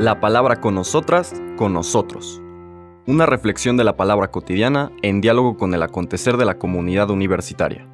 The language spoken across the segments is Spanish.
La palabra con nosotras, con nosotros. Una reflexión de la palabra cotidiana en diálogo con el acontecer de la comunidad universitaria.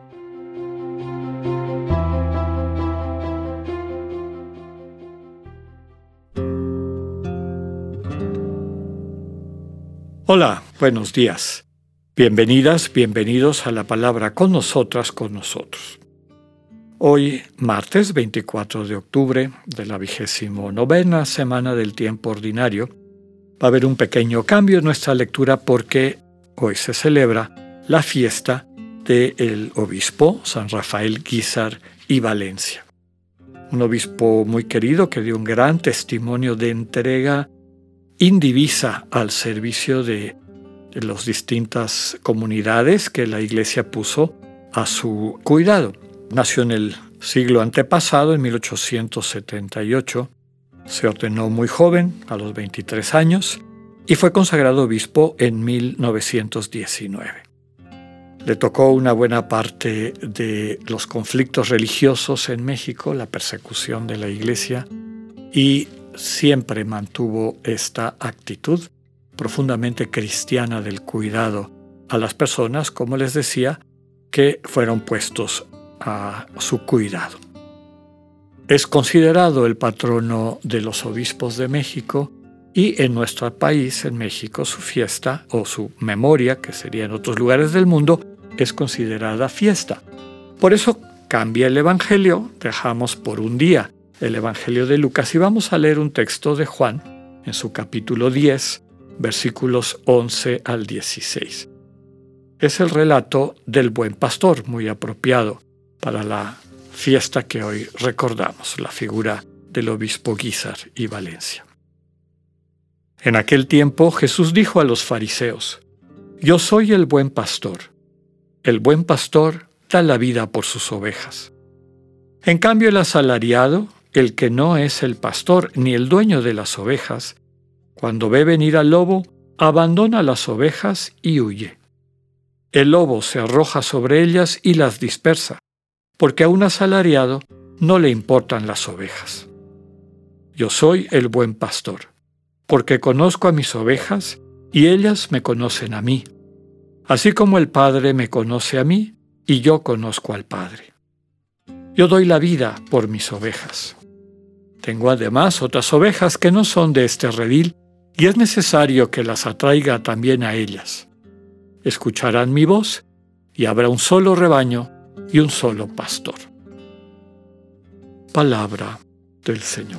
Hola, buenos días. Bienvenidas, bienvenidos a la palabra con nosotras, con nosotros. Hoy, martes 24 de octubre de la 29ª semana del tiempo ordinario, va a haber un pequeño cambio en nuestra lectura porque hoy se celebra la fiesta del obispo San Rafael Guízar y Valencia. Un obispo muy querido que dio un gran testimonio de entrega indivisa al servicio de las distintas comunidades que la Iglesia puso a su cuidado. Nació en el siglo antepasado, en 1878. Se ordenó muy joven, a los 23 años, y fue consagrado obispo en 1919. Le tocó una buena parte de los conflictos religiosos en México, la persecución de la Iglesia, y siempre mantuvo esta actitud profundamente cristiana del cuidado a las personas, como les decía, que fueron puestos a su cuidado. Es considerado el patrono de los obispos de México y en nuestro país, en México, su fiesta o su memoria, que sería en otros lugares del mundo, es considerada fiesta. Por eso cambia el Evangelio, dejamos por un día el Evangelio de Lucas y vamos a leer un texto de Juan en su capítulo 10, versículos 11 al 16. Es el relato del buen pastor, muy apropiado para la fiesta que hoy recordamos, la figura del obispo Guízar y Valencia. En aquel tiempo Jesús dijo a los fariseos: «Yo soy el buen pastor. El buen pastor da la vida por sus ovejas. En cambio el asalariado, el que no es el pastor ni el dueño de las ovejas, cuando ve venir al lobo, abandona las ovejas y huye. El lobo se arroja sobre ellas y las dispersa, porque a un asalariado no le importan las ovejas. Yo soy el buen pastor, porque conozco a mis ovejas y ellas me conocen a mí, así como el Padre me conoce a mí y yo conozco al Padre. Yo doy la vida por mis ovejas. Tengo además otras ovejas que no son de este redil y es necesario que las atraiga también a ellas. Escucharán mi voz y habrá un solo rebaño y un solo pastor». Palabra del Señor.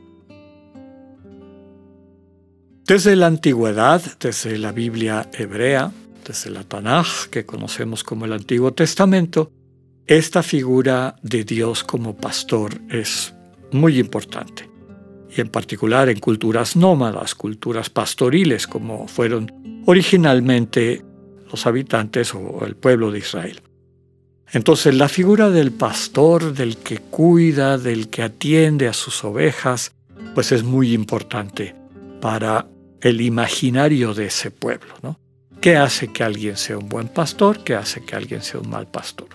Desde la antigüedad, desde la Biblia hebrea, desde la Tanaj, que conocemos como el Antiguo Testamento, esta figura de Dios como pastor es muy importante. Y en particular en culturas nómadas, culturas pastoriles, como fueron originalmente los habitantes o el pueblo de Israel. Entonces la figura del pastor, del que cuida, del que atiende a sus ovejas, pues es muy importante para el imaginario de ese pueblo, ¿no? ¿Qué hace que alguien sea un buen pastor? ¿Qué hace que alguien sea un mal pastor?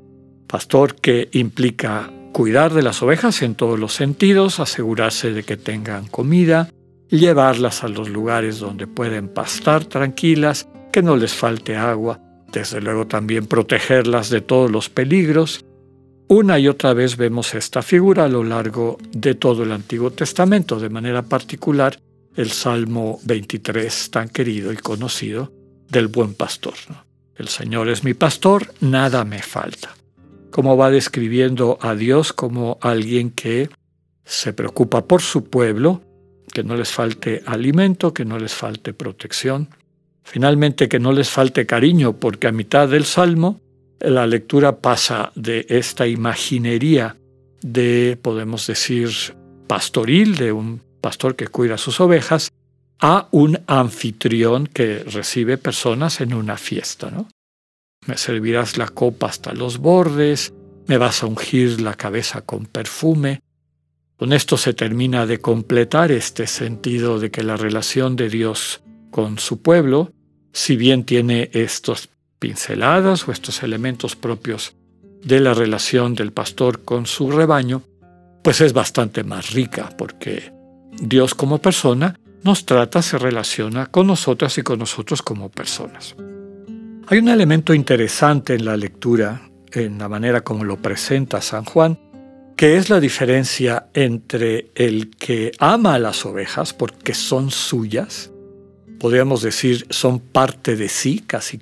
Pastor que implica cuidar de las ovejas en todos los sentidos, asegurarse de que tengan comida, llevarlas a los lugares donde pueden pastar tranquilas, que no les falte agua, desde luego también protegerlas de todos los peligros. Una y otra vez vemos esta figura a lo largo de todo el Antiguo Testamento, de manera particular el Salmo 23, tan querido y conocido, del buen pastor, ¿no? El Señor es mi pastor, nada me falta. Como va describiendo a Dios como alguien que se preocupa por su pueblo, que no les falte alimento, que no les falte protección. Finalmente, que no les falte cariño, porque a mitad del Salmo la lectura pasa de esta imaginería de, podemos decir, pastoril, de un pastor que cuida sus ovejas, a un anfitrión que recibe personas en una fiesta, ¿no? Me servirás la copa hasta los bordes, me vas a ungir la cabeza con perfume. Con esto se termina de completar este sentido de que la relación de Dios con su pueblo, si bien tiene estas pinceladas o estos elementos propios de la relación del pastor con su rebaño, pues es bastante más rica porque Dios como persona nos trata, se relaciona con nosotras y con nosotros como personas. Hay un elemento interesante en la lectura, en la manera como lo presenta San Juan, que es la diferencia entre el que ama a las ovejas porque son suyas, podríamos decir son parte de sí, casi,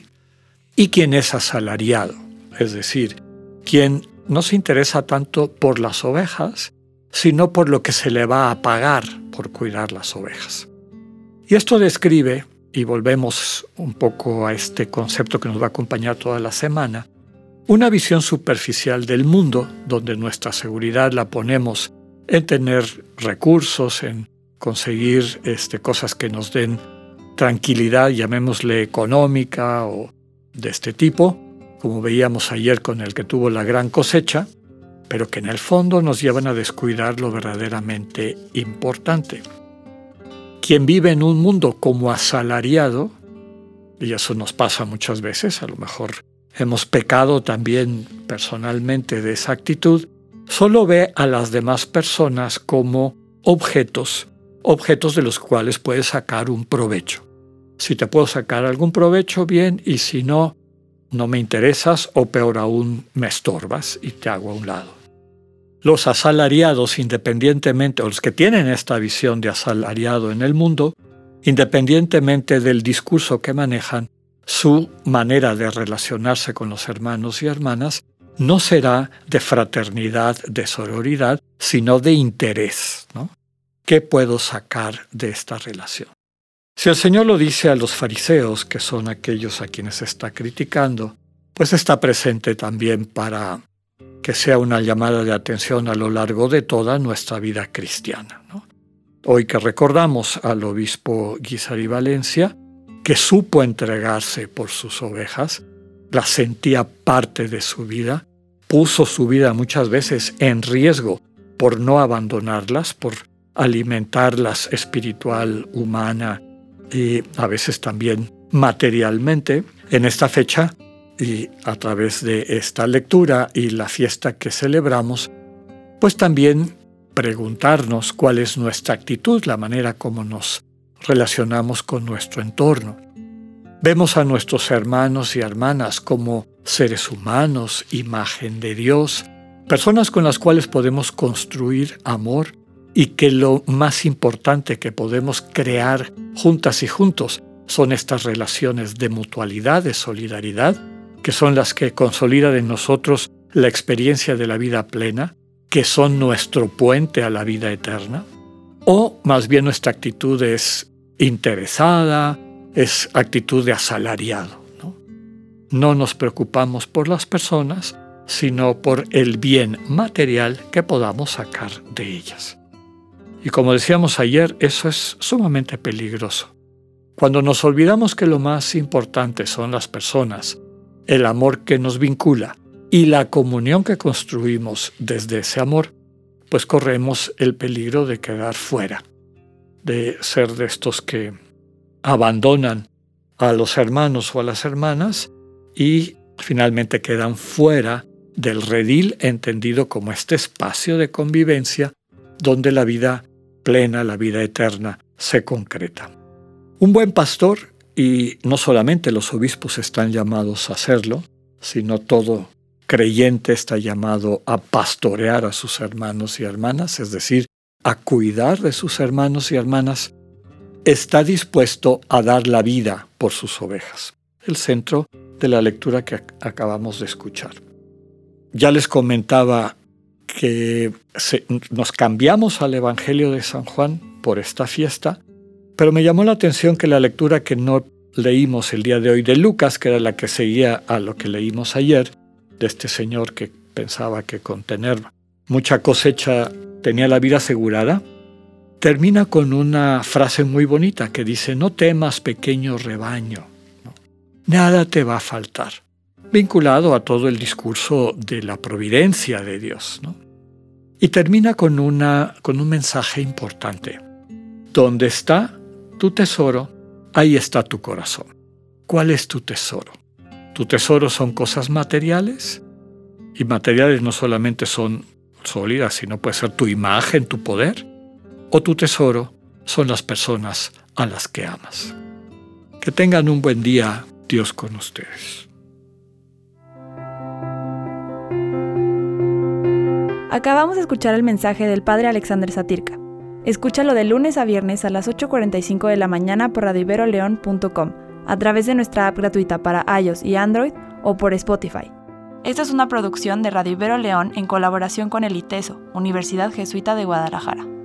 y quien es asalariado, es decir, quien no se interesa tanto por las ovejas, sino por lo que se le va a pagar por cuidar las ovejas. Y esto describe, y volvemos un poco a este concepto que nos va a acompañar toda la semana, una visión superficial del mundo, donde nuestra seguridad la ponemos en tener recursos, en conseguir cosas que nos den tranquilidad, llamémosle económica o de este tipo, como veíamos ayer con el que tuvo la gran cosecha, pero que en el fondo nos llevan a descuidar lo verdaderamente importante. Quien vive en un mundo como asalariado, y eso nos pasa muchas veces, a lo mejor hemos pecado también personalmente de esa actitud, solo ve a las demás personas como objetos de los cuales puedes sacar un provecho. Si te puedo sacar algún provecho, bien, y si no, no me interesas o peor aún, me estorbas y te hago a un lado. Los asalariados, independientemente, o los que tienen esta visión de asalariado en el mundo, independientemente del discurso que manejan, su manera de relacionarse con los hermanos y hermanas no será de fraternidad, de sororidad, sino de interés, ¿no? ¿Qué puedo sacar de esta relación? Si el Señor lo dice a los fariseos, que son aquellos a quienes está criticando, pues está presente también para que sea una llamada de atención a lo largo de toda nuestra vida cristiana, ¿no? Hoy que recordamos al obispo Guízar y Valencia, que supo entregarse por sus ovejas, las sentía parte de su vida, puso su vida muchas veces en riesgo por no abandonarlas, por alimentarlas espiritual, humana y a veces también materialmente. En esta fecha y a través de esta lectura y la fiesta que celebramos, pues también preguntarnos cuál es nuestra actitud, la manera como nos relacionamos con nuestro entorno. Vemos a nuestros hermanos y hermanas como seres humanos, imagen de Dios, personas con las cuales podemos construir amor y que lo más importante que podemos crear juntas y juntos son estas relaciones de mutualidad, de solidaridad, que son las que consolidan en nosotros la experiencia de la vida plena, que son nuestro puente a la vida eterna, o más bien nuestra actitud es interesada, es actitud de asalariado, ¿no? No nos preocupamos por las personas, sino por el bien material que podamos sacar de ellas. Y como decíamos ayer, eso es sumamente peligroso. Cuando nos olvidamos que lo más importante son las personas, el amor que nos vincula y la comunión que construimos desde ese amor, pues corremos el peligro de quedar fuera, de ser de estos que abandonan a los hermanos o a las hermanas y finalmente quedan fuera del redil entendido como este espacio de convivencia donde la vida plena, la vida eterna, se concreta. Un buen pastor, y no solamente los obispos están llamados a hacerlo, sino todo creyente está llamado a pastorear a sus hermanos y hermanas, es decir, a cuidar de sus hermanos y hermanas, está dispuesto a dar la vida por sus ovejas. El centro de la lectura que acabamos de escuchar. Ya les comentaba que nos cambiamos al Evangelio de San Juan por esta fiesta, pero me llamó la atención que la lectura que no leímos el día de hoy de Lucas, que era la que seguía a lo que leímos ayer, de este señor que pensaba que con tener mucha cosecha tenía la vida asegurada, termina con una frase muy bonita que dice: no temas, pequeño rebaño, ¿no? Nada te va a faltar, vinculado a todo el discurso de la providencia de Dios, ¿no? Y termina con un mensaje importante. Donde está tu tesoro, ahí está tu corazón. ¿Cuál es tu tesoro? Tu tesoro son cosas materiales, y materiales no solamente son sólidas, sino puede ser tu imagen, tu poder. o tu tesoro son las personas a las que amas. Que tengan un buen día, Dios con ustedes. Acabamos de escuchar el mensaje del Padre Alexander Satirka. Escúchalo de lunes a viernes a las 8:45 de la mañana por radioiberoleon.com, a través de nuestra app gratuita para iOS y Android o por Spotify. Esta es una producción de Radio Ibero León en colaboración con el ITESO, Universidad Jesuita de Guadalajara.